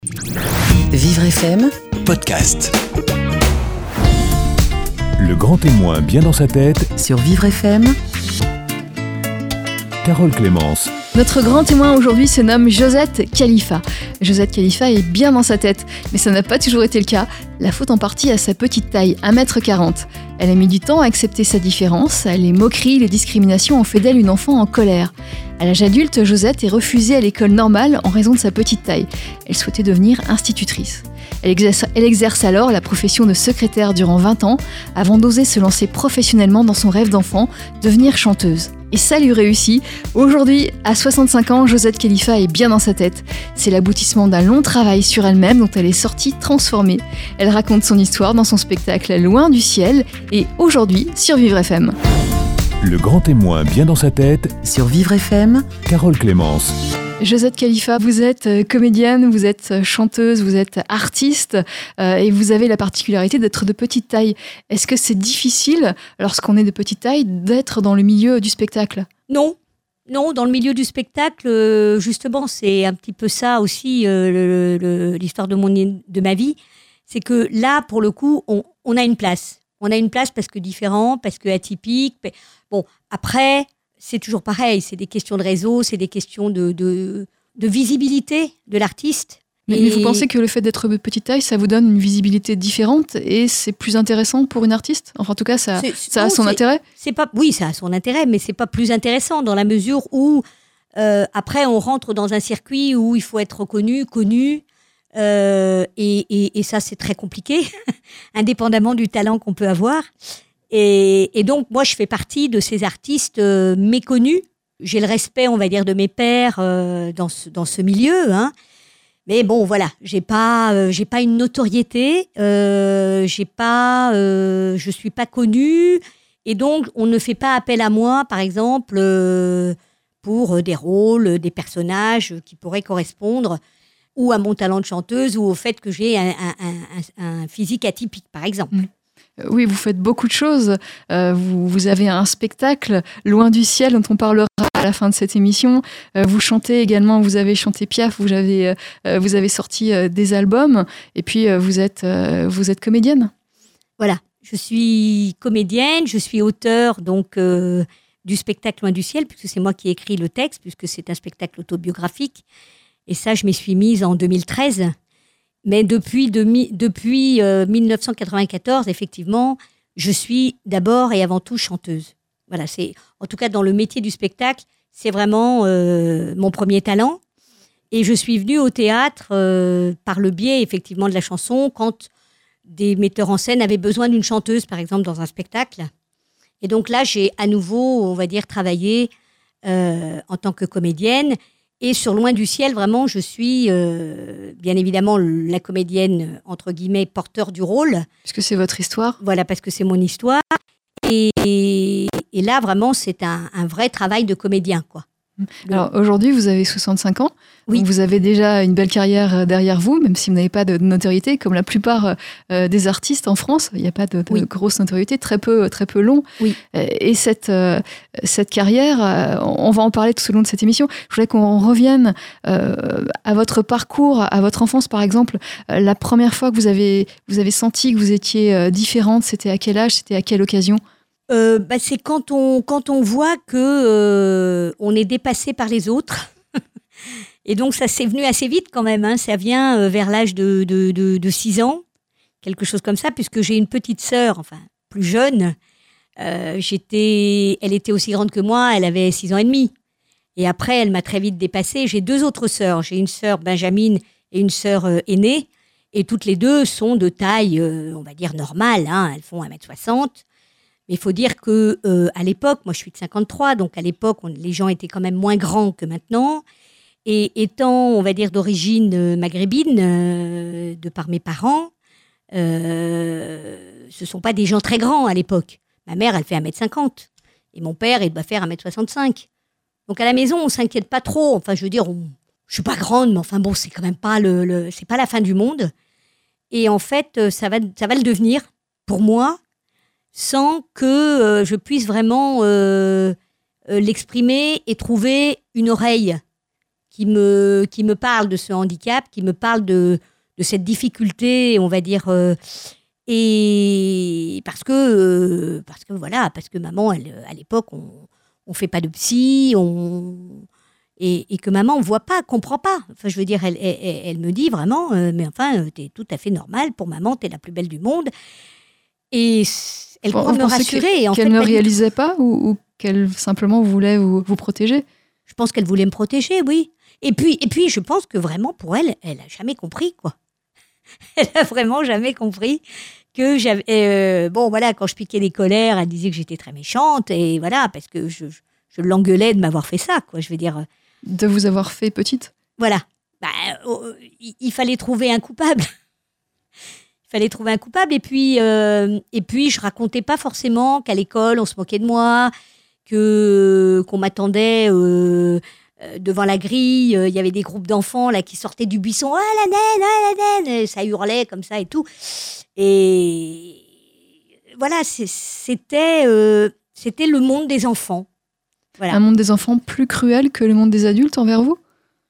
Vivre FM Podcast. Le grand témoin bien dans sa tête, sur Vivre FM. Carole Clémence. Notre grand témoin aujourd'hui se nomme Josette Khalifa. Josette Khalifa est bien dans sa tête, mais ça n'a pas toujours été le cas. La faute en partie à sa petite taille, 1m40. Elle a mis du temps à accepter sa différence. Les moqueries, les discriminations ont fait d'elle une enfant en colère. À l'âge adulte, Josette est refusée à l'école normale en raison de sa petite taille. Elle souhaitait devenir institutrice. Elle exerce alors la profession de secrétaire durant 20 ans, avant d'oser se lancer professionnellement dans son rêve d'enfant, devenir chanteuse. Et ça lui réussit. Aujourd'hui, à 65 ans, Josette Khalifa est bien dans sa tête. C'est l'aboutissement d'un long travail sur elle-même dont elle est sortie transformée. Elle raconte son histoire dans son spectacle Loin du ciel et aujourd'hui sur Vivre FM. Le grand témoin bien dans sa tête, Sur Vivre FM, Carole Clémence. Josette Khalifa, vous êtes comédienne, vous êtes chanteuse, vous êtes artiste et vous avez la particularité d'être de petite taille. Est-ce que c'est difficile, lorsqu'on est de petite taille, d'être dans le milieu du spectacle ? Non, dans le milieu du spectacle, justement, c'est un petit peu ça aussi l'histoire de ma vie. C'est que là, pour le coup, on a une place. On a une place parce que différent, parce que atypique. Bon, après, c'est toujours pareil. C'est des questions de réseau, c'est des questions de visibilité de l'artiste. Mais vous pensez que le fait d'être de petite taille, ça vous donne une visibilité différente et c'est plus intéressant pour une artiste ? Enfin, en tout cas, ça a son intérêt ? Oui, ça a son intérêt, mais c'est pas plus intéressant dans la mesure où, après, on rentre dans un circuit où il faut être connu. Et ça, c'est très compliqué, indépendamment du talent qu'on peut avoir. Et donc, moi, je fais partie de ces artistes méconnus. J'ai le respect, on va dire, de mes pairs dans ce milieu, hein. Mais bon, voilà, j'ai pas une notoriété, je suis pas connue, et donc on ne fait pas appel à moi, par exemple, pour des rôles, des personnages qui pourraient correspondre ou à mon talent de chanteuse ou au fait que j'ai un physique atypique, par exemple. Oui, vous faites beaucoup de choses. Vous avez un spectacle, Loin du ciel, dont on parlera à la fin de cette émission. Vous chantez également, vous avez chanté Piaf, vous avez sorti des albums, et puis vous êtes comédienne. Voilà, je suis comédienne, je suis auteure donc, du spectacle Loin du ciel, puisque c'est moi qui ai écrit le texte, puisque c'est un spectacle autobiographique. Et ça, je m'y suis mise en 2013. Mais depuis 1994, effectivement, je suis d'abord et avant tout chanteuse. Voilà, c'est, en tout cas, dans le métier du spectacle, c'est vraiment mon premier talent. Et je suis venue au théâtre par le biais, effectivement, de la chanson, quand des metteurs en scène avaient besoin d'une chanteuse, par exemple, dans un spectacle. Et donc là, j'ai à nouveau, on va dire, travaillé en tant que comédienne. Et sur Loin du ciel, vraiment, je suis bien évidemment la comédienne, entre guillemets, porteur du rôle. Puisque c'est votre histoire. Voilà, parce que c'est mon histoire. Et là, vraiment, c'est un vrai travail de comédien, quoi. Alors aujourd'hui, vous avez 65 ans. Oui. Donc vous avez déjà une belle carrière derrière vous, même si vous n'avez pas de notoriété, comme la plupart des artistes en France. Il n'y a pas de grosse notoriété, très peu long. Oui. Et cette carrière, on va en parler tout au long de cette émission. Je voudrais qu'on revienne à votre parcours, à votre enfance, par exemple. La première fois que vous avez senti que vous étiez différente, c'était à quel âge, c'était à quelle occasion ? C'est quand on voit que on est dépassé par les autres. Et donc, ça s'est venu assez vite quand même, hein. Ça vient vers l'âge de 6 ans, quelque chose comme ça, puisque j'ai une petite sœur, enfin, plus jeune. Elle était aussi grande que moi, elle avait 6 ans et demi. Et après, elle m'a très vite dépassée. J'ai 2 autres sœurs. J'ai une sœur Benjamine et une sœur aînée. Et toutes les deux sont de taille, on va dire, normale, hein. Elles font 1m60. Mais il faut dire que à l'époque, moi je suis de 53, donc à l'époque, les gens étaient quand même moins grands que maintenant. Et étant, on va dire, d'origine maghrébine, de par mes parents, ce ne sont pas des gens très grands à l'époque. Ma mère, elle fait 1m50. Et mon père, il doit faire 1m65. Donc à la maison, on ne s'inquiète pas trop. Enfin, je veux dire, je ne suis pas grande, mais enfin bon, c'est quand même pas c'est pas la fin du monde. Et en fait, ça va le devenir pour moi, sans que je puisse vraiment l'exprimer et trouver une oreille me parle de ce handicap, qui me parle de cette difficulté, on va dire, et parce que maman, à l'époque, on fait pas de psy, et que maman ne voit pas, comprend pas. Enfin, je veux dire, elle me dit vraiment, mais enfin, t'es tout à fait normale, pour maman, t'es la plus belle du monde. Et elle croit me rassurer. Qu'elle ne réalisait pas ou qu'elle simplement voulait vous protéger? Je pense qu'elle voulait me protéger, oui. Et puis, je pense que vraiment, pour elle, elle n'a jamais compris, quoi. Elle n'a vraiment jamais compris que j'avais... quand je piquais des colères, elle disait que j'étais très méchante, et voilà, parce que je l'engueulais de m'avoir fait ça, quoi. Je veux dire... De vous avoir fait petite? Voilà. Il fallait trouver un coupable. Et puis je racontais pas forcément qu'à l'école, on se moquait de moi, qu'on m'attendait... devant la grille, il y avait des groupes d'enfants là qui sortaient du buisson. Ah, la naine, ça hurlait comme ça et tout. Et voilà, c'était le monde des enfants. Voilà. Un monde des enfants plus cruel que le monde des adultes envers vous?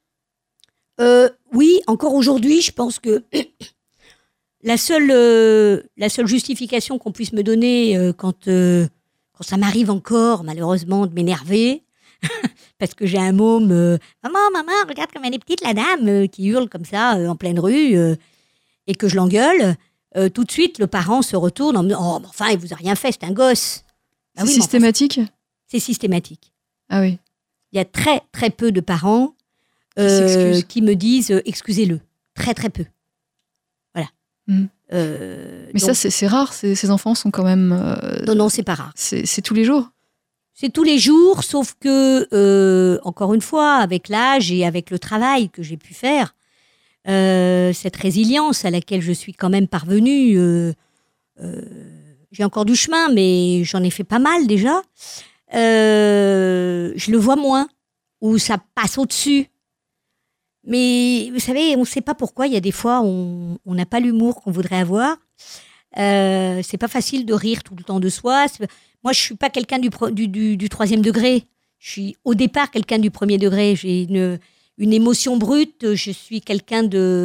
Oui, encore aujourd'hui, je pense que la seule justification qu'on puisse me donner quand ça m'arrive encore, malheureusement, de m'énerver, parce que j'ai un môme, maman, regarde comme elle est petite, la dame, qui hurle comme ça en pleine rue, et que je l'engueule, tout de suite, le parent se retourne en me disant, oh, mais enfin, il vous a rien fait, c'est un gosse. C'est systématique? C'est systématique. Ah oui. Il y a très, très peu de parents qui me disent, excusez-le. Très, très peu. Voilà. Mais donc, ça, c'est rare, ces enfants sont quand même... Non, c'est pas rare. C'est tous les jours? C'est tous les jours, sauf que, encore une fois, avec l'âge et avec le travail que j'ai pu faire, cette résilience à laquelle je suis quand même parvenue, j'ai encore du chemin, mais j'en ai fait pas mal déjà, je le vois moins, ou ça passe au-dessus. Mais vous savez, on ne sait pas pourquoi, il y a des fois, on n'a pas l'humour qu'on voudrait avoir. C'est pas facile de rire tout le temps de soi. Moi, je suis pas quelqu'un du troisième degré. Je suis au départ quelqu'un du premier degré. J'ai une émotion brute. Je suis quelqu'un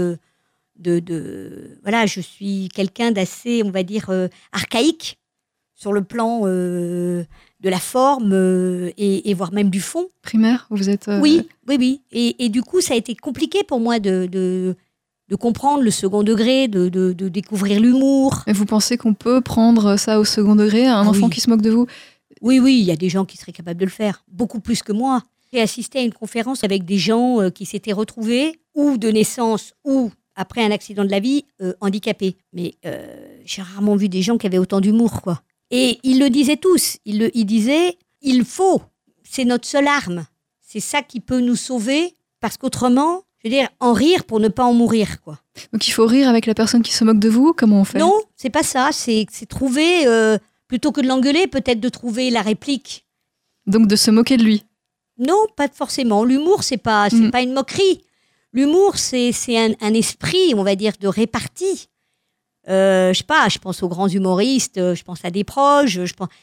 voilà, je suis quelqu'un d'assez, on va dire, archaïque sur le plan de la forme et voire même du fond. Primaire, vous êtes... Oui. Et du coup, ça a été compliqué pour moi de comprendre le second degré, de découvrir l'humour. Et vous pensez qu'on peut prendre ça au second degré, un enfant qui se moque de vous? Oui, il y a des gens qui seraient capables de le faire, beaucoup plus que moi. J'ai assisté à une conférence avec des gens qui s'étaient retrouvés, ou de naissance, ou après un accident de la vie, handicapés. Mais j'ai rarement vu des gens qui avaient autant d'humour, quoi. Et ils le disaient tous. Ils disaient, c'est notre seule arme. C'est ça qui peut nous sauver, parce qu'autrement... Je veux dire, en rire pour ne pas en mourir, quoi. Donc il faut rire avec la personne qui se moque de vous? Comment on fait? Non, c'est pas ça. C'est trouver, plutôt que de l'engueuler, peut-être de trouver la réplique. Donc de se moquer de lui? Non, pas forcément. L'humour, c'est pas une moquerie. L'humour, c'est un esprit, on va dire, de répartie. Je sais pas, je pense aux grands humoristes, je pense à Desproges,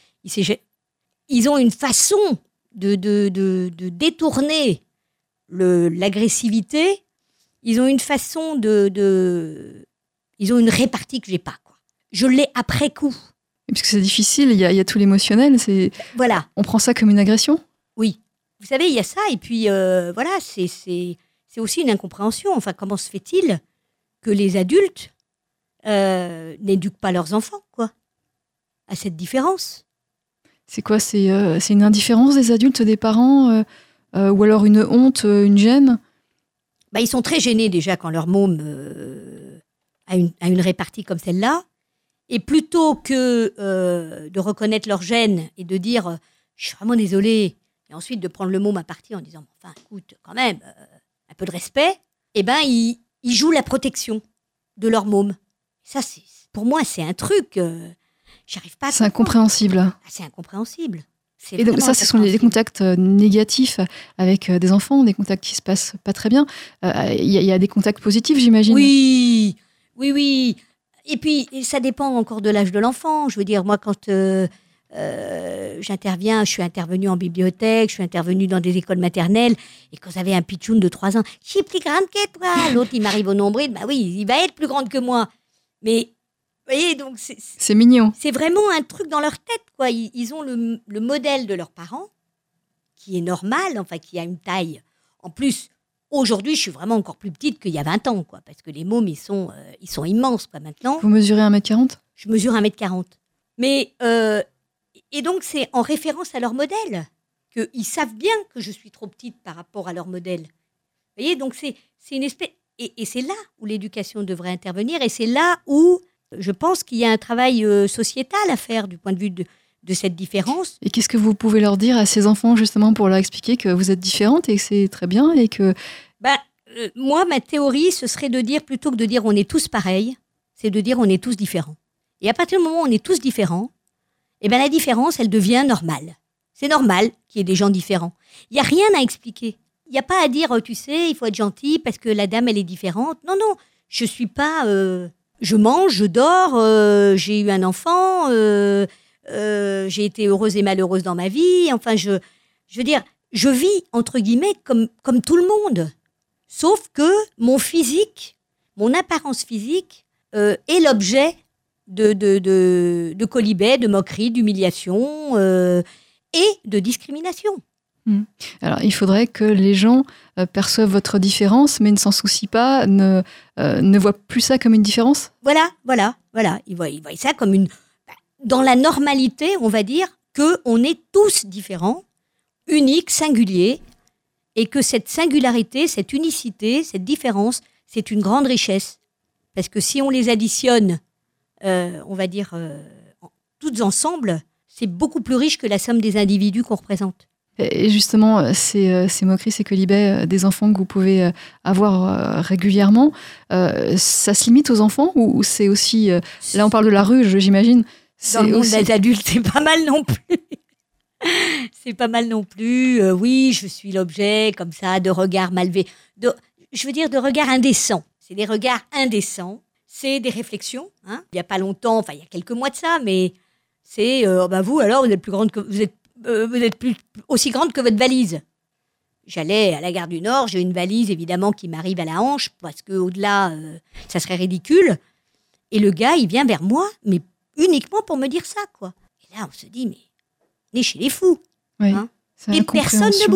ils ont une façon de détourner l'agressivité. Ils ont une façon ils ont une répartie que j'ai pas, quoi. Je l'ai après coup. Et puisque c'est difficile, il y a tout l'émotionnel. Voilà. On prend ça comme une agression? Oui. Vous savez, il y a ça, et puis voilà, c'est aussi une incompréhension. Enfin, comment se fait-il que les adultes n'éduquent pas leurs enfants, quoi, à cette différence? C'est quoi? C'est une indifférence des adultes, des parents, ou alors une honte, une gêne? Ils sont très gênés déjà quand leur môme a une répartie comme celle-là. Et plutôt que de reconnaître leur gêne et de dire « je suis vraiment désolée », et ensuite de prendre le môme à partie en disant « enfin, écoute, quand même, un peu de respect », ils jouent la protection de leur môme. Ça, pour moi, c'est un truc... j'arrive pas à... C'est incompréhensible. C'est incompréhensible. Et donc ça, ce sont des contacts négatifs avec des enfants, des contacts qui se passent pas très bien. Il y a des contacts positifs, j'imagine. Oui. Et puis, ça dépend encore de l'âge de l'enfant. Je veux dire, moi, quand je suis intervenue en bibliothèque, je suis intervenue dans des écoles maternelles. Et quand j'avais un pitchoun de 3 ans, je suis plus grande que toi. L'autre, il m'arrive au nombril. Bah oui, il va être plus grande que moi. Mais, vous voyez, donc C'est mignon. c'est vraiment un truc dans leur tête, quoi. Ils ont le modèle de leurs parents, qui est normal, enfin, qui a une taille. En plus, aujourd'hui, je suis vraiment encore plus petite qu'il y a 20 ans, quoi. Parce que les mômes, ils sont immenses, quoi, maintenant. Vous mesurez 1m40 ? Je mesure 1m40. Mais, et donc, c'est en référence à leur modèle, qu'ils savent bien que je suis trop petite par rapport à leur modèle. Vous voyez, donc c'est une espèce... Et c'est là où l'éducation devrait intervenir, et c'est là où je pense qu'il y a un travail sociétal à faire du point de vue de cette différence. Et qu'est-ce que vous pouvez leur dire à ces enfants, justement, pour leur expliquer que vous êtes différente et que c'est très bien et que... Moi, ma théorie, ce serait de dire, plutôt que de dire on est tous pareils, c'est de dire on est tous différents. Et à partir du moment où on est tous différents, eh ben la différence, elle devient normale. C'est normal qu'il y ait des gens différents. Il n'y a rien à expliquer. Il n'y a pas à dire, tu sais, il faut être gentil parce que la dame, elle est différente. Non, non, je suis pas... je mange, je dors, j'ai eu un enfant, j'ai été heureuse et malheureuse dans ma vie. Enfin, je veux dire, je vis, entre guillemets, comme tout le monde. Sauf que mon physique, mon apparence physique, est l'objet de colibets, de moqueries, d'humiliations et de discrimination. Alors, il faudrait que les gens perçoivent votre différence, mais ne s'en soucient pas, ne voient plus ça comme une différence. Voilà. Ils voient ça comme une... Dans la normalité, on va dire qu'on est tous différents, uniques, singuliers, et que cette singularité, cette unicité, cette différence, c'est une grande richesse. Parce que si on les additionne, on va dire, toutes ensemble, c'est beaucoup plus riche que la somme des individus qu'on représente. Et justement, ces moqueries, ces colibets des enfants que vous pouvez avoir régulièrement, ça se limite aux enfants ou c'est aussi... là, on parle de la rue, j'imagine. Dans le monde des adultes, c'est pas mal non plus. C'est pas mal non plus. Oui, je suis l'objet, comme ça, de regards malveillants. Je veux dire, de regards indécents. C'est des regards indécents. C'est des réflexions. Hein. Il n'y a pas longtemps, enfin, il y a quelques mois de ça, mais c'est... vous, alors, vous êtes plus grande que... Vous êtes plus aussi grande que votre valise. J'allais à la gare du Nord, j'ai une valise évidemment qui m'arrive à la hanche parce qu'au-delà, ça serait ridicule. Et le gars, il vient vers moi, mais uniquement pour me dire ça, quoi. Et là, on se dit, mais on est chez les fous. Oui, hein. Et personne ne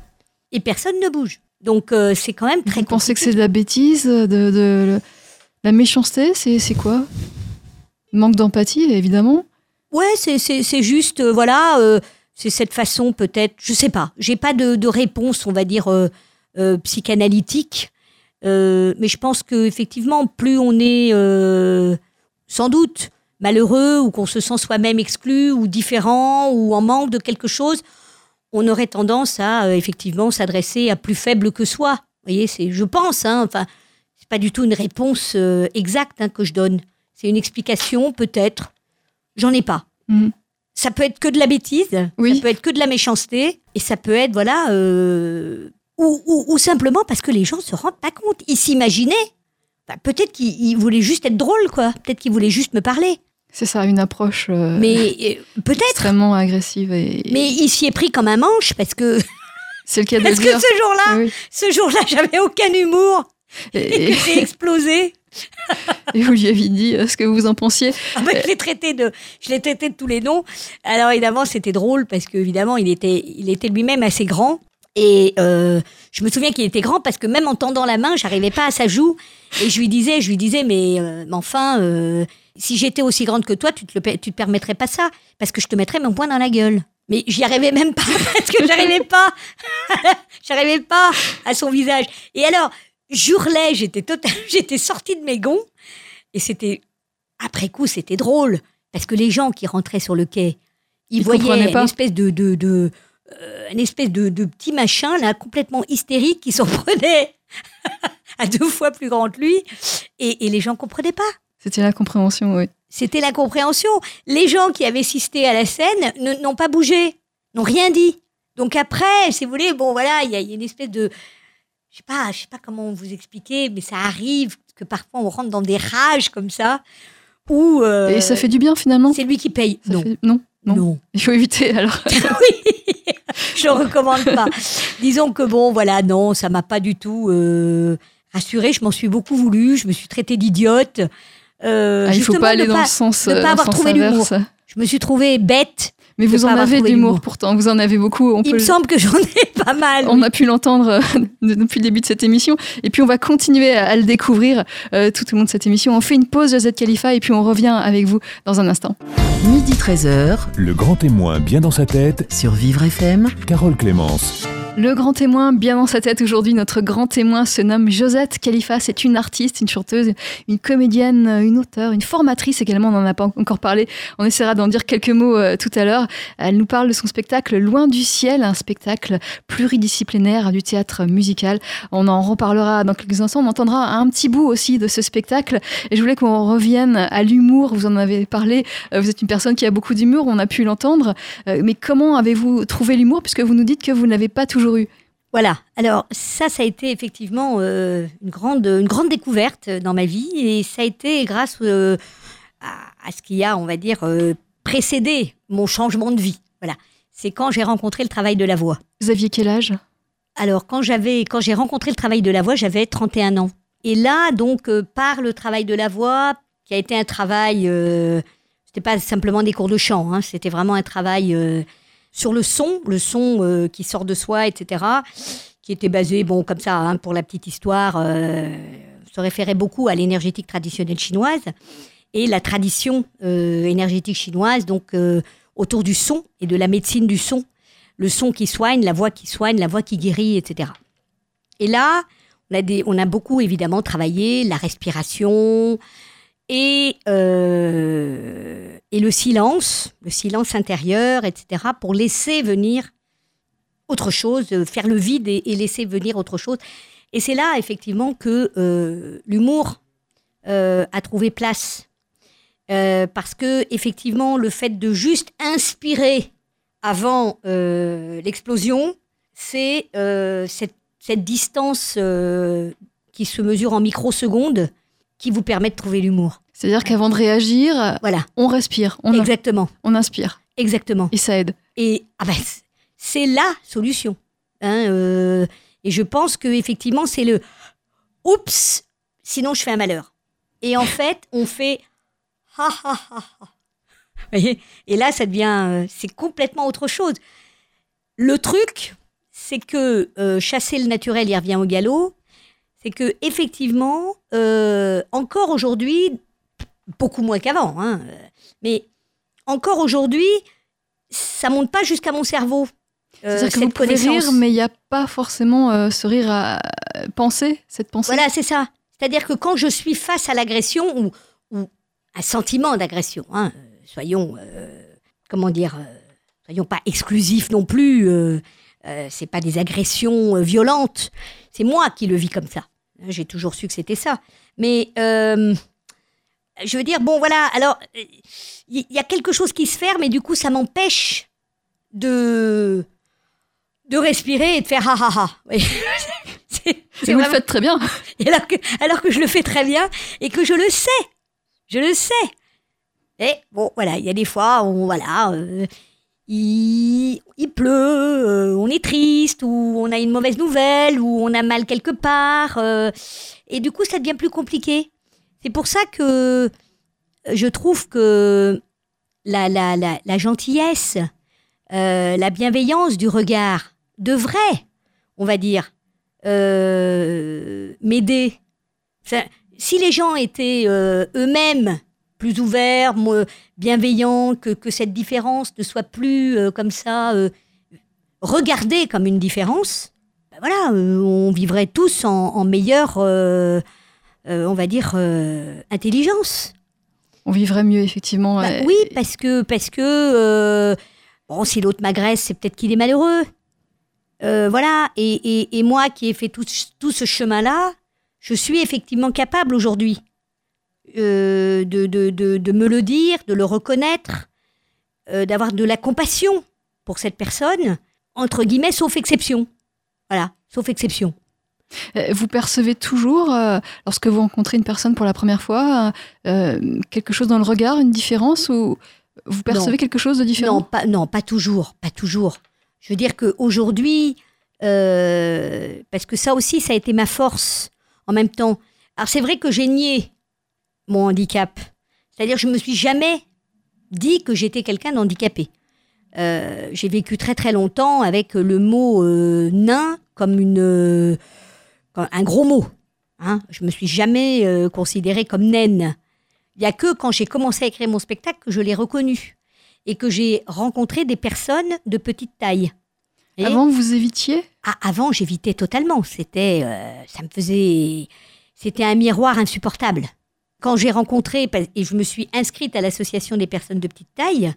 bouge. Donc, c'est quand même très compliqué. Vous pensez que c'est de la bêtise, de la méchanceté, c'est quoi ? Manque d'empathie, évidemment. Ouais, c'est juste, c'est cette façon peut-être, je sais pas, j'ai pas de réponse, on va dire, psychanalytique, mais je pense qu'effectivement, plus on est sans doute malheureux ou qu'on se sent soi-même exclu ou différent ou en manque de quelque chose, on aurait tendance à effectivement s'adresser à plus faible que soi. Vous voyez, je pense, enfin, c'est pas du tout une réponse exacte que je donne. C'est une explication peut-être, j'en ai pas. Ça peut être que de la bêtise, oui. Ça peut être que de la méchanceté, et ça peut être, ou simplement parce que les gens se rendent pas compte. Ils s'imaginaient, peut-être qu'ils voulaient juste être drôles, quoi. Peut-être qu'ils voulaient juste me parler. C'est ça, une approche peut-être extrêmement agressive. Mais il s'y est pris comme un manche, parce que... C'est le cas de parce dire. Parce que ce jour-là, j'avais aucun humour. Et j'ai explosé. Et vous lui avez dit ce que vous en pensiez. Je l'ai traité de tous les noms. Alors évidemment, c'était drôle parce qu'évidemment, il était lui-même assez grand. Et je me souviens qu'il était grand parce que même en tendant la main, j'arrivais pas à sa joue. Et je lui disais, mais enfin, si j'étais aussi grande que toi, tu te permettrais pas ça parce que je te mettrais mon poing dans la gueule. Mais j'y arrivais même pas parce que j'arrivais pas à son visage. Et alors, j'hurlais, j'étais sortie de mes gonds. Et après coup, c'était drôle. Parce que les gens qui rentraient sur le quai, ils voyaient une espèce de petit machin, là, complètement hystérique, qui s'en prenait à 2 fois plus grand que lui. Et les gens ne comprenaient pas. C'était la compréhension, oui. C'était la compréhension. Les gens qui avaient assisté à la scène n'ont pas bougé, n'ont rien dit. Donc après, si vous voulez, il y a une espèce de... Je sais pas comment vous expliquer, mais ça arrive que parfois on rentre dans des rages comme ça. Et ça fait du bien finalement. C'est lui qui paye. Non. Non. Il faut éviter alors. Oui, je ne recommande pas. Disons que bon, voilà, non, ça m'a pas du tout rassurée. Je m'en suis beaucoup voulu. Je me suis traitée d'idiote. Il ne faut pas aller dans le sens de ne pas avoir trouvé l'humour. Je me suis trouvée bête. Mais vous en avez d'humour pourtant, vous en avez beaucoup. Il me semble que j'en ai pas mal. On a pu l'entendre depuis le début de cette émission. Et puis on va continuer à le découvrir tout au long de cette émission. On fait une pause, Josette Khalifa, et puis on revient avec vous dans un instant. Midi 13h, Le grand témoin bien dans sa tête, sur Vivre FM. Carole Clémence. Le grand témoin bien dans sa tête aujourd'hui. Notre grand témoin se nomme Josette Khalifa. C'est une artiste, une chanteuse, une comédienne, une auteure, une formatrice également. On n'en a pas encore parlé. On essaiera d'en dire quelques mots tout à l'heure. Elle nous parle de son spectacle Loin du ciel, un spectacle pluridisciplinaire du théâtre musical. On en reparlera dans quelques instants. On entendra un petit bout aussi de ce spectacle. Et je voulais qu'on revienne à l'humour. Vous en avez parlé. Vous êtes une personne qui a beaucoup d'humour. On a pu l'entendre. Mais comment avez-vous trouvé l'humour, puisque vous nous dites que vous ne l'avez pas toujours eu? Voilà, alors ça a été effectivement une grande découverte dans ma vie, et ça a été grâce à ce qui a, on va dire, précédé mon changement de vie. Voilà, c'est quand j'ai rencontré le travail de la voix. Vous aviez quel âge? Alors quand j'ai rencontré le travail de la voix, j'avais 31 ans. Et là, donc, par le travail de la voix, qui a été un travail, c'était pas simplement des cours de chant, hein, c'était vraiment un travail sur le son qui sort de soi, etc., qui était basé, bon, comme ça, hein, pour la petite histoire, se référait beaucoup à l'énergétique traditionnelle chinoise et la tradition énergétique chinoise, donc autour du son et de la médecine du son. Le son qui soigne, la voix qui guérit, etc. Et là, on a beaucoup, évidemment, travaillé la respiration et le silence intérieur, etc., pour laisser venir autre chose, faire le vide et laisser venir autre chose. Et c'est là, effectivement, que l'humour a trouvé place. Parce que, effectivement, le fait de juste inspirer avant l'explosion, c'est cette distance qui se mesure en microsecondes qui vous permet de trouver l'humour. C'est-à-dire qu'avant de réagir, voilà, on respire. Exactement. On inspire. Exactement. Et ça aide. Et c'est la solution. Hein, et je pense qu'effectivement, c'est le « oups, sinon je fais un malheur ». Et en fait, on fait « ha ha ha ha ». Vous voyez ? Et là, ça devient... c'est complètement autre chose. Le truc, c'est que chasser le naturel, il revient au galop. C'est que effectivement, encore aujourd'hui, beaucoup moins qu'avant, hein, mais encore aujourd'hui, ça monte pas jusqu'à mon cerveau. C'est-à-dire que vous pouvez rire, mais il n'y a pas forcément ce rire à penser, cette pensée. Voilà, c'est ça. C'est-à-dire que quand je suis face à l'agression ou un sentiment d'agression, hein, soyons pas exclusifs non plus. C'est pas des agressions violentes. C'est moi qui le vis comme ça. J'ai toujours su que c'était ça. Mais je veux dire, bon, voilà. Alors, il y a quelque chose qui se ferme et du coup, ça m'empêche de respirer et de faire ha ha ha. Vous le faites très bien. Alors que je le fais très bien et que je le sais. Je le sais. Et bon, voilà, il y a des fois où, voilà... il pleut, on est triste, ou on a une mauvaise nouvelle, ou on a mal quelque part. Et du coup, ça devient plus compliqué. C'est pour ça que je trouve que la gentillesse, la bienveillance du regard devrait, on va dire, m'aider. Si les gens étaient eux-mêmes plus ouverts, bienveillants, que cette différence ne soit plus comme ça, regardée comme une différence, ben voilà, on vivrait tous en meilleure, on va dire, intelligence. On vivrait mieux, effectivement. Bah, oui, parce que bon, si l'autre m'agresse, c'est peut-être qu'il est malheureux. Voilà, et moi qui ai fait tout ce chemin-là, je suis effectivement capable aujourd'hui de me le dire, de le reconnaître, d'avoir de la compassion pour cette personne, entre guillemets, sauf exception. Voilà, sauf exception. Vous percevez toujours, lorsque vous rencontrez une personne pour la première fois, quelque chose dans le regard, une différence, ou Vous percevez quelque chose de différent ? Non, pas toujours. Je veux dire qu'aujourd'hui, parce que ça aussi, ça a été ma force en même temps. Alors c'est vrai que j'ai nié mon handicap. C'est-à-dire je ne me suis jamais dit que j'étais quelqu'un d'handicapé. J'ai vécu très très longtemps avec le mot nain comme un gros mot. Hein. Je ne me suis jamais considérée comme naine. Il n'y a que quand j'ai commencé à écrire mon spectacle que je l'ai reconnu et que j'ai rencontré des personnes de petite taille. Et avant, vous évitiez ? Avant, j'évitais totalement. C'était un miroir insupportable. Quand j'ai rencontré, et je me suis inscrite à l'association des personnes de petite taille,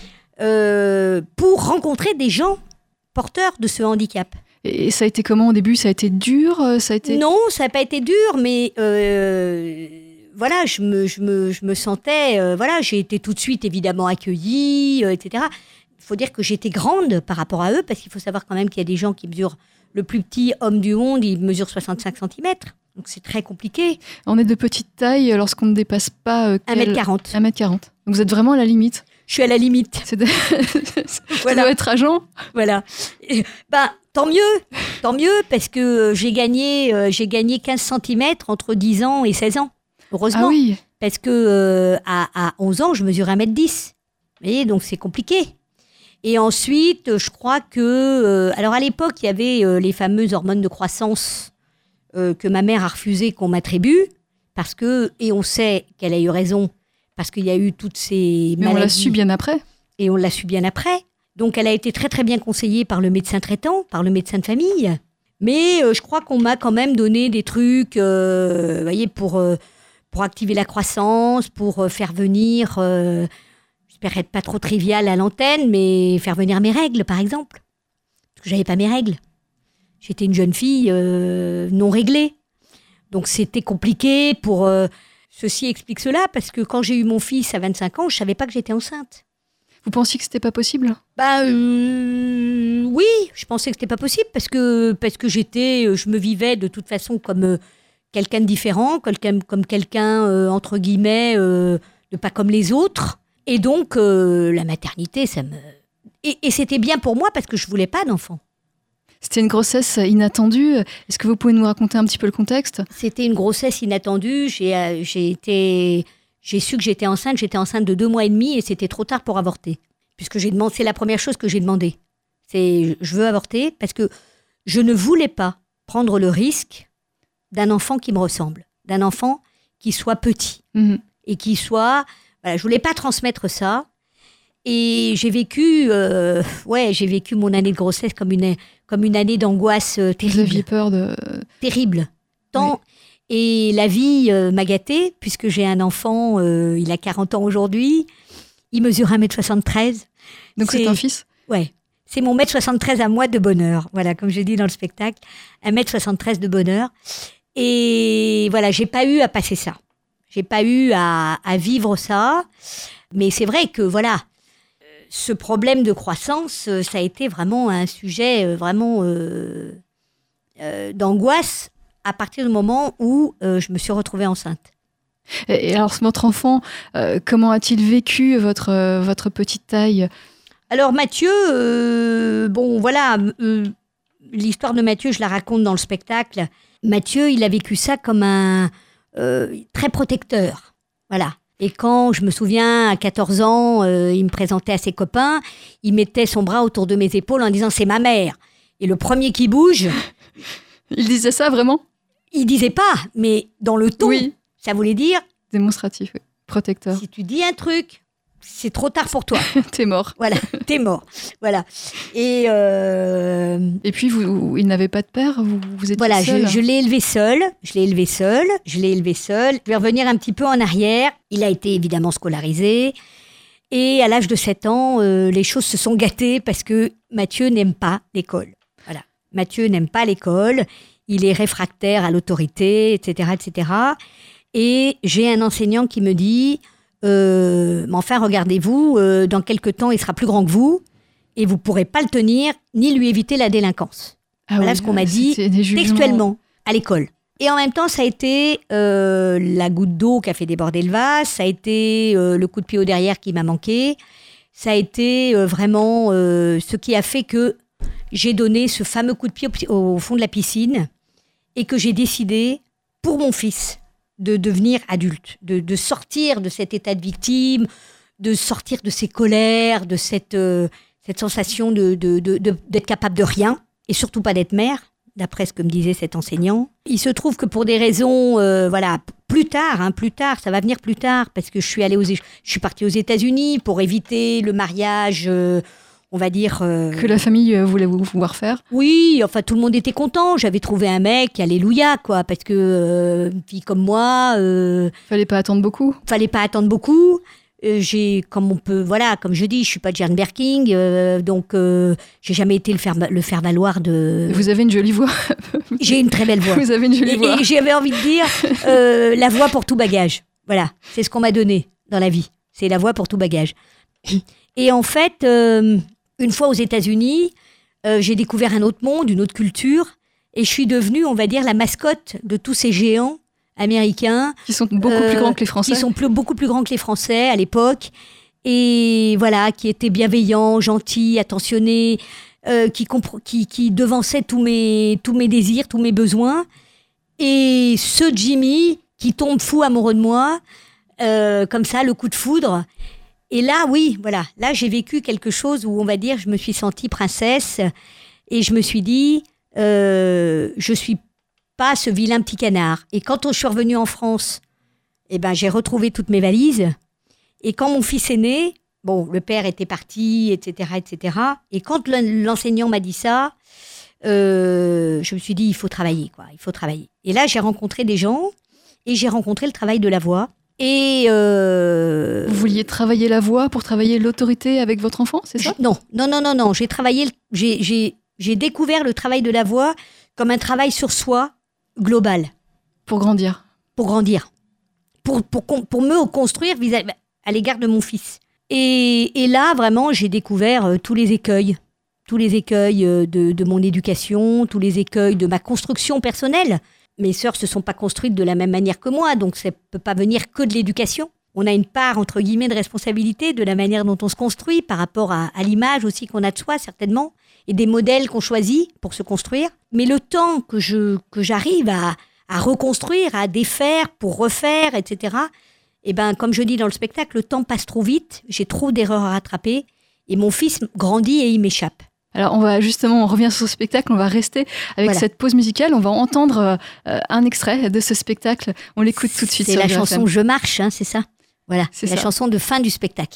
pour rencontrer des gens porteurs de ce handicap. Et ça a été comment au début ? Ça a été dur ? Non, ça n'a pas été dur, mais voilà, je me sentais... voilà, j'ai été tout de suite évidemment accueillie, etc. Il faut dire que j'étais grande par rapport à eux, parce qu'il faut savoir quand même qu'il y a des gens qui mesurent... Le plus petit homme du monde, il mesure 65 cm. Donc c'est très compliqué. On est de petite taille lorsqu'on ne dépasse pas... 1m40. 1m40. Donc vous êtes vraiment à la limite. Je suis à la limite. Ça doit être rageant. Voilà. Tant mieux, parce que j'ai gagné 15 cm entre 10 ans et 16 ans. Heureusement. Ah oui. Parce que à 11 ans, je mesure 1m10. Vous voyez, donc c'est compliqué. Et ensuite, je crois que... alors à l'époque, il y avait les fameuses hormones de croissance que ma mère a refusé qu'on m'attribue. Parce que, et on sait qu'elle a eu raison, parce qu'il y a eu toutes ces Mais maladies. on l'a su bien après. Et on l'a su bien après. Donc elle a été très très bien conseillée par le médecin traitant, par le médecin de famille. Mais je crois qu'on m'a quand même donné des trucs, vous voyez, pour activer la croissance, pour faire venir... J'espère être pas trop trivial à l'antenne, mais faire venir mes règles, par exemple. Parce que j'avais pas mes règles. J'étais une jeune fille non réglée. Donc c'était compliqué pour... Ceci explique cela, parce que quand j'ai eu mon fils à 25 ans, je savais pas que j'étais enceinte. Vous pensiez que c'était pas possible ? Oui, je pensais que c'était pas possible, parce que je me vivais de toute façon comme quelqu'un de différent, comme quelqu'un, entre guillemets, de pas comme les autres. Et donc, la maternité, ça me... Et c'était bien pour moi parce que je voulais pas d'enfant. C'était une grossesse inattendue. Est-ce que vous pouvez nous raconter un petit peu le contexte ? C'était une grossesse inattendue. J'ai su que j'étais enceinte de 2 mois et demi et c'était trop tard pour avorter. Puisque c'est la première chose que j'ai demandé. C'est je veux avorter parce que je ne voulais pas prendre le risque d'un enfant qui me ressemble. D'un enfant qui soit petit. Mmh. Et qui soit... Voilà, je voulais pas transmettre ça. Et j'ai vécu mon année de grossesse comme une année d'angoisse terrible. Vous aviez peur de... Terrible. Oui. Et la vie m'a gâtée, puisque j'ai un enfant, il a 40 ans aujourd'hui, il mesure 1m73. Donc c'est un fils ? Ouais. C'est mon 1m73 à moi de bonheur. Voilà, comme je dis dans le spectacle, 1m73 de bonheur. Et voilà, j'ai pas eu à passer ça. J'ai pas eu à vivre ça. Mais c'est vrai que voilà, ce problème de croissance, ça a été vraiment un sujet vraiment d'angoisse à partir du moment où je me suis retrouvée enceinte. Et alors, votre enfant, comment a-t-il vécu votre petite taille ? Alors Mathieu, bon voilà, l'histoire de Mathieu, je la raconte dans le spectacle. Mathieu, il a vécu ça comme un très protecteur, voilà. Et quand, je me souviens, à 14 ans, il me présentait à ses copains, il mettait son bras autour de mes épaules en disant « c'est ma mère ». Et le premier qui bouge... Il disait ça, vraiment ? Il disait pas, mais dans le ton, oui. Ça voulait dire... Démonstratif, oui. Protecteur. Si tu dis un truc, c'est trop tard pour toi. T'es mort. Voilà, t'es mort. Voilà. Et puis, il n'avait pas de père, vous étiez voilà, seule. je l'ai élevé seul. Je vais revenir un petit peu en arrière. Il a été évidemment scolarisé. Et à l'âge de 7 ans, les choses se sont gâtées parce que Mathieu n'aime pas l'école. Voilà. Mathieu n'aime pas l'école. Il est réfractaire à l'autorité, etc., etc. Et j'ai un enseignant qui me dit mais enfin, regardez-vous, dans quelques temps, il sera plus grand que vous et vous ne pourrez pas le tenir ni lui éviter la délinquance. Voilà ce qu'on m'a dit textuellement à l'école. Et en même temps, ça a été la goutte d'eau qui a fait déborder le vase, ça a été le coup de pied au derrière qui m'a manqué, ça a été vraiment ce qui a fait que j'ai donné ce fameux coup de pied au fond de la piscine et que j'ai décidé, pour mon fils, de devenir adulte, de sortir de cet état de victime, de sortir de ces colères, de cette sensation d'être capable de rien, et surtout pas d'être mère, d'après ce que me disait cet enseignant. Il se trouve que pour des raisons, plus tard, ça va venir plus tard, parce que je suis partie aux États-Unis pour éviter le mariage, on va dire... Que la famille voulait vous voir faire. Oui, enfin tout le monde était content. J'avais trouvé un mec, alléluia, quoi, parce que une fille comme moi... Fallait pas attendre beaucoup. Comme je dis, je suis pas Jane Birkin, donc j'ai jamais été le faire valoir de... Vous avez une jolie voix. J'ai une très belle voix. Vous avez une jolie voix. Et j'avais envie de dire la voix pour tout bagage. Voilà, c'est ce qu'on m'a donné dans la vie. C'est la voix pour tout bagage. Et en fait, une fois aux États-Unis, j'ai découvert un autre monde, une autre culture, et je suis devenue, on va dire, la mascotte de tous ces géants américains. Qui sont beaucoup plus grands que les Français. Qui sont beaucoup plus grands que les Français à l'époque. Et voilà, qui étaient bienveillants, gentils, attentionnés, qui devançaient tous mes désirs, tous mes besoins. Et ce Jimmy qui tombe fou amoureux de moi, comme ça, le coup de foudre. Et là, oui, voilà. Là, j'ai vécu quelque chose où, on va dire, je me suis sentie princesse. Et je me suis dit, je suis pas ce vilain petit canard. Et quand je suis revenue en France, j'ai retrouvé toutes mes valises. Et quand mon fils est né, bon, le père était parti, etc., etc. Et quand l'enseignant m'a dit ça, je me suis dit, il faut travailler, quoi. Il faut travailler. Et là, j'ai rencontré des gens et j'ai rencontré le travail de la voix. Et Vous vouliez travailler la voix pour travailler l'autorité avec votre enfant, c'est ça ? Non. J'ai découvert le travail de la voix comme un travail sur soi global. Pour grandir. Pour me construire à l'égard de mon fils. Et là, vraiment, j'ai découvert tous les écueils de mon éducation, tous les écueils de ma construction personnelle. Mes sœurs se sont pas construites de la même manière que moi, donc ça peut pas venir que de l'éducation. On a une part, entre guillemets, de responsabilité de la manière dont on se construit par rapport à l'image aussi qu'on a de soi, certainement, et des modèles qu'on choisit pour se construire. Mais le temps que j'arrive à reconstruire, à défaire, pour refaire, etc., comme je dis dans le spectacle, le temps passe trop vite, j'ai trop d'erreurs à rattraper, et mon fils grandit et il m'échappe. Alors, on revient sur ce spectacle, on va rester avec cette pause musicale, on va entendre un extrait de ce spectacle. On l'écoute tout de suite. C'est la chanson « Je marche », hein, c'est ça ? Voilà, c'est la chanson de fin du spectacle.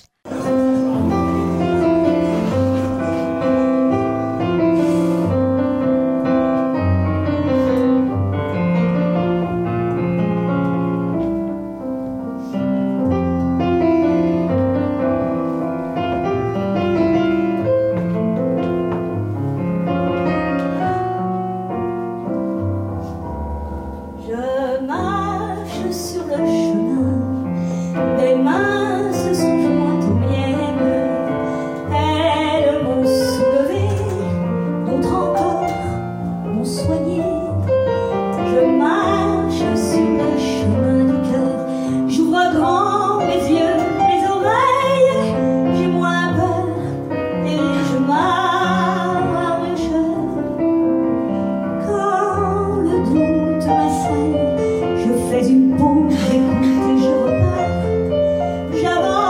Je fais une pause, j'écoute et je repars. J'avance.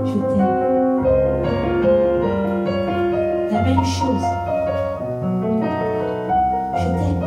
Je t'aime. La même chose. Je t'aime.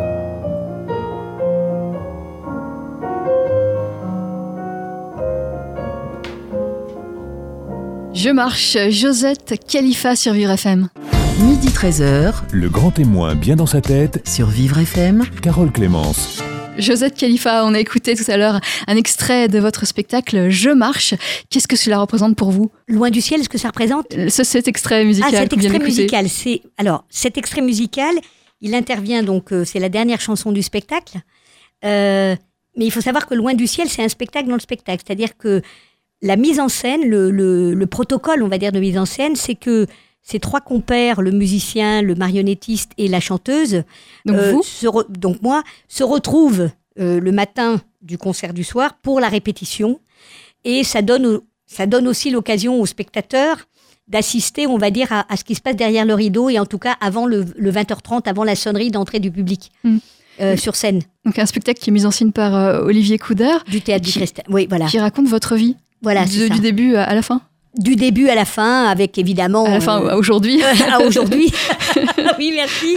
Je marche, Josette Khalifa sur Vivre FM. Midi 13h, Le grand témoin bien dans sa tête, sur Vivre FM. Carole Clémence. Josette Khalifa, on a écouté tout à l'heure un extrait de votre spectacle Je marche. Qu'est-ce que cela représente pour vous ? Loin du ciel, ce que ça représente ? Cet extrait musical cet qu'on vient extrait d'écouter. musical, cet extrait musical, il intervient donc, c'est la dernière chanson du spectacle. Mais il faut savoir que Loin du ciel, c'est un spectacle dans le spectacle. C'est-à-dire que la mise en scène, le protocole, on va dire, de mise en scène, c'est que ces trois compères, le musicien, le marionnettiste et la chanteuse, Donc vous donc moi, se retrouvent le matin du concert du soir pour la répétition. Et ça donne aussi l'occasion aux spectateurs d'assister, on va dire, à ce qui se passe derrière le rideau et en tout cas avant le 20h30, avant la sonnerie d'entrée du public sur scène. Donc un spectacle qui est mis en scène par Olivier Coudert. Du théâtre du Cristal. Oui, voilà. Qui raconte votre vie. Voilà, c'est ça. Du début à la fin. Du début à la fin, avec évidemment... À la fin, à aujourd'hui. À aujourd'hui. Oui, merci.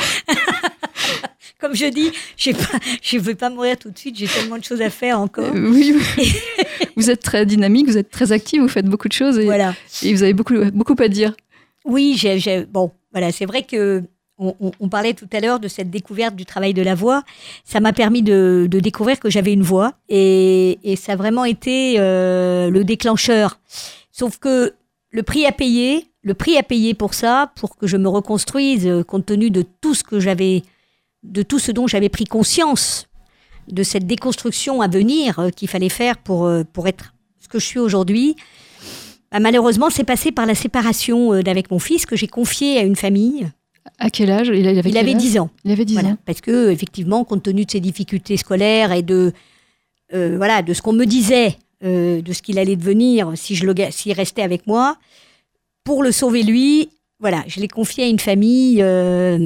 Comme je dis, je ne veux pas mourir tout de suite, j'ai tellement de choses à faire encore. Oui. Vous êtes très dynamique, vous êtes très active, vous faites beaucoup de choses et, voilà. Et vous avez beaucoup à dire. Oui, bon, voilà, c'est vrai que on parlait tout à l'heure de cette découverte du travail de la voix. Ça m'a permis de découvrir que j'avais une voix et ça a vraiment été le déclencheur. Sauf que le prix à payer pour ça, pour que je me reconstruise, compte tenu de tout ce dont j'avais pris conscience, de cette déconstruction à venir qu'il fallait faire pour être ce que je suis aujourd'hui. Bah, malheureusement, c'est passé par la séparation d'avec mon fils que j'ai confié à une famille. À quel âge ? Il avait 10 ans. Il avait 10 ans. Parce que, effectivement, compte tenu de ses difficultés scolaires et de ce qu'on me disait, de ce qu'il allait devenir s'il restait avec moi, pour le sauver lui, voilà, je l'ai confié à une famille à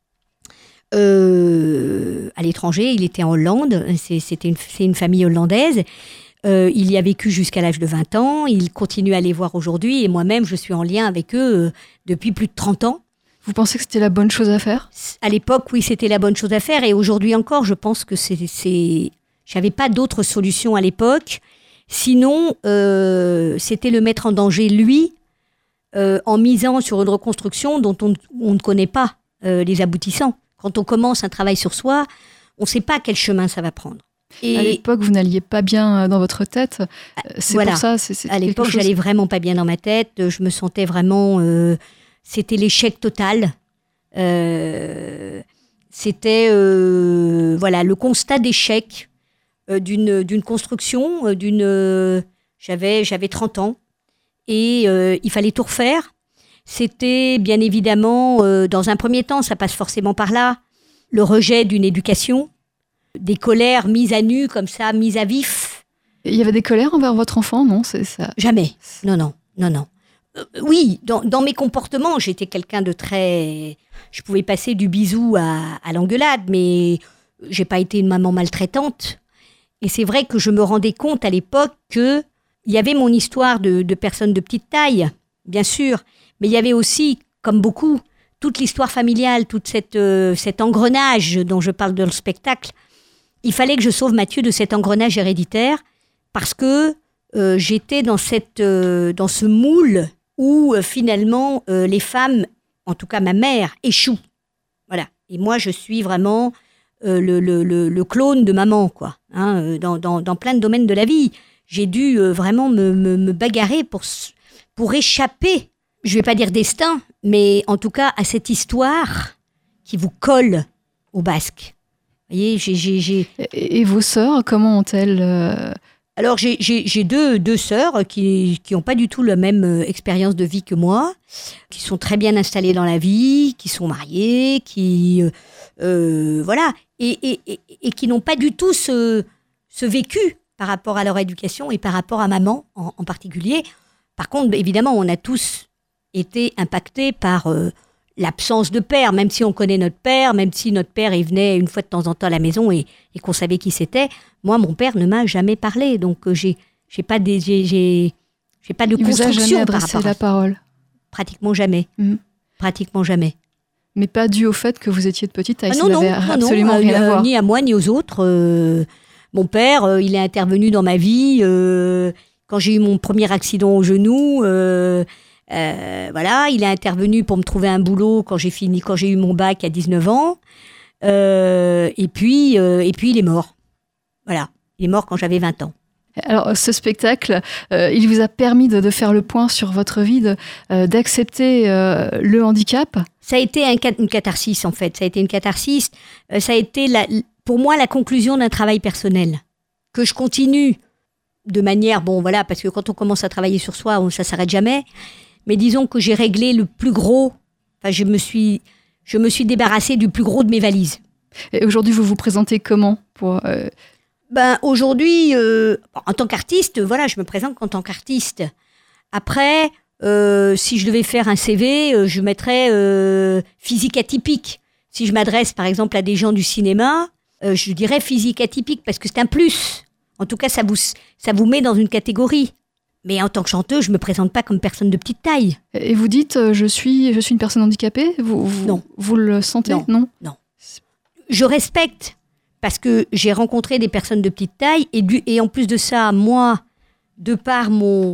l'étranger. Il était en Hollande, c'est une famille hollandaise. Il y a vécu jusqu'à l'âge de 20 ans. Il continue à les voir aujourd'hui et moi-même, je suis en lien avec eux depuis plus de 30 ans. Vous pensez que c'était la bonne chose à faire ? À l'époque, oui, c'était la bonne chose à faire. Et aujourd'hui encore, je pense que j'avais pas d'autre solution à l'époque. Sinon, c'était le mettre en danger, lui, en misant sur une reconstruction dont on ne connaît pas les aboutissants. Quand on commence un travail sur soi, on ne sait pas quel chemin ça va prendre. Et à l'époque, vous n'alliez pas bien dans votre tête. C'est voilà. Pour ça. À l'époque, j'allais vraiment pas bien dans ma tête. Je me sentais vraiment... c'était l'échec total. C'était le constat d'échec d'une construction. J'avais 30 ans et il fallait tout refaire. C'était bien évidemment, dans un premier temps, ça passe forcément par là, le rejet d'une éducation, des colères mises à nu comme ça, mises à vif. Il y avait des colères envers votre enfant, non ? C'est ça. Jamais. Non. Oui, dans mes comportements, j'étais quelqu'un de très... Je pouvais passer du bisou à l'engueulade, mais j'ai pas été une maman maltraitante. Et c'est vrai que je me rendais compte à l'époque qu'il y avait mon histoire de personne de petite taille, bien sûr, mais il y avait aussi, comme beaucoup, toute l'histoire familiale, tout cet engrenage dont je parle dans le spectacle. Il fallait que je sauve Mathieu de cet engrenage héréditaire parce que j'étais dans ce moule où finalement les femmes, en tout cas ma mère, échouent. Voilà. Et moi, je suis vraiment le clone de maman, quoi. Hein, dans plein de domaines de la vie. J'ai dû vraiment me bagarrer pour échapper, je ne vais pas dire destin, mais en tout cas à cette histoire qui vous colle au basque. Vous voyez, Et vos sœurs, comment ont-elles Alors, j'ai deux sœurs qui n'ont pas du tout la même expérience de vie que moi, qui sont très bien installées dans la vie, qui sont mariées, qui... voilà. Et qui n'ont pas du tout ce vécu par rapport à leur éducation et par rapport à maman en particulier. Par contre, évidemment, on a tous été impactés par l'absence de père, même si on connaît notre père, même si notre père il venait une fois de temps en temps à la maison et qu'on savait qui c'était. Moi, mon père ne m'a jamais parlé, donc j'ai J'ai pas de Il vous a construction jamais par adressé rapport à la ça. parole. Pratiquement jamais. Mhm. Pratiquement jamais. Mais pas dû au fait que vous étiez de petite taille. Ah Ça n'avait absolument rien à voir. Ni à moi, ni aux autres. Mon père, il est intervenu dans ma vie quand j'ai eu mon premier accident au genou. Voilà, il est intervenu pour me trouver un boulot quand j'ai eu mon bac à 19 ans. Et puis, il est mort. Voilà, il est mort quand j'avais 20 ans. Alors, ce spectacle, il vous a permis de faire le point sur votre vie, d'accepter le handicap. Ça a été une catharsis, en fait. Ça a été une catharsis. Ça a été, pour moi, la conclusion d'un travail personnel. Que je continue de manière... Bon, voilà, parce que quand on commence à travailler sur soi, ça ne s'arrête jamais. Mais disons que j'ai réglé le plus gros... Enfin, je me suis débarrassée du plus gros de mes valises. Et aujourd'hui, vous vous présentez comment pour, aujourd'hui, en tant qu'artiste, voilà, je me présente qu'en tant qu'artiste. Après, si je devais faire un CV, je mettrais physique atypique. Si je m'adresse, par exemple, à des gens du cinéma, je dirais physique atypique, parce que c'est un plus. En tout cas, ça vous met dans une catégorie. Mais en tant que chanteuse, je ne me présente pas comme personne de petite taille. Et vous dites, je suis une personne handicapée ? Non. Vous le sentez ? Non. Je respecte, parce que j'ai rencontré des personnes de petite taille, et en plus de ça, moi, de par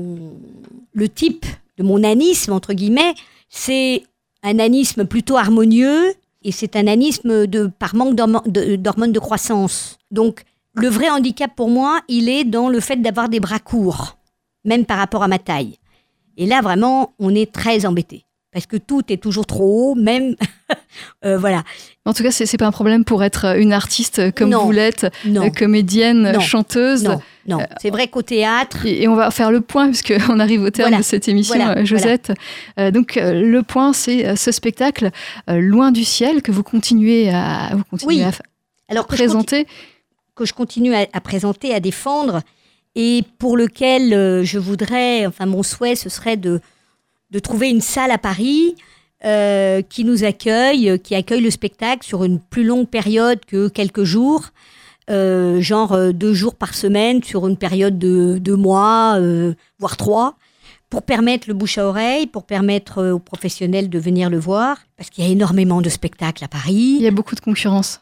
le type de mon anisme, entre guillemets, c'est un anisme plutôt harmonieux, et c'est un anisme par manque d'hormones de croissance. Donc, le vrai handicap pour moi, il est dans le fait d'avoir des bras courts, même par rapport à ma taille. Et là, vraiment, on est très embêtés. Parce que tout est toujours trop haut, même... voilà. En tout cas, c'est pas un problème pour être une artiste comme vous l'êtes, comédienne, chanteuse. Non. C'est vrai qu'au théâtre... Et on va faire le point, puisqu'on arrive au terme de cette émission, Josette. Donc, le point, c'est ce spectacle Loin du ciel que vous continuez à présenter. Que je continue à présenter, à défendre, et pour lequel je voudrais... Enfin, mon souhait, ce serait de trouver une salle à Paris qui nous accueille, qui accueille le spectacle sur une plus longue période que quelques jours, genre 2 jours par semaine sur une période de 2 mois, voire 3, pour permettre le bouche à oreille, pour permettre aux professionnels de venir le voir, parce qu'il y a énormément de spectacles à Paris. Il y a beaucoup de concurrence.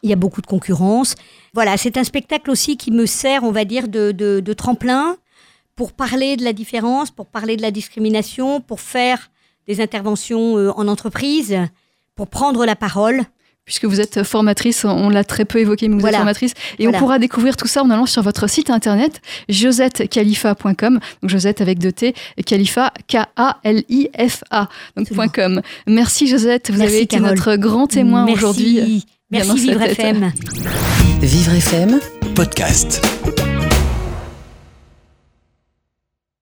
Voilà, c'est un spectacle aussi qui me sert, on va dire, de tremplin, pour parler de la différence, pour parler de la discrimination, pour faire des interventions en entreprise, pour prendre la parole. Puisque vous êtes formatrice, on l'a très peu évoqué, mais vous êtes formatrice. Et on pourra découvrir tout ça en allant sur votre site internet, josettecalifa.com. Donc Josette avec 2 T, Kalifa, K-A-L-I-F-A, donc .com. Merci Josette, vous avez été notre grand témoin aujourd'hui. Merci Vivre FM. Vivre FM podcast.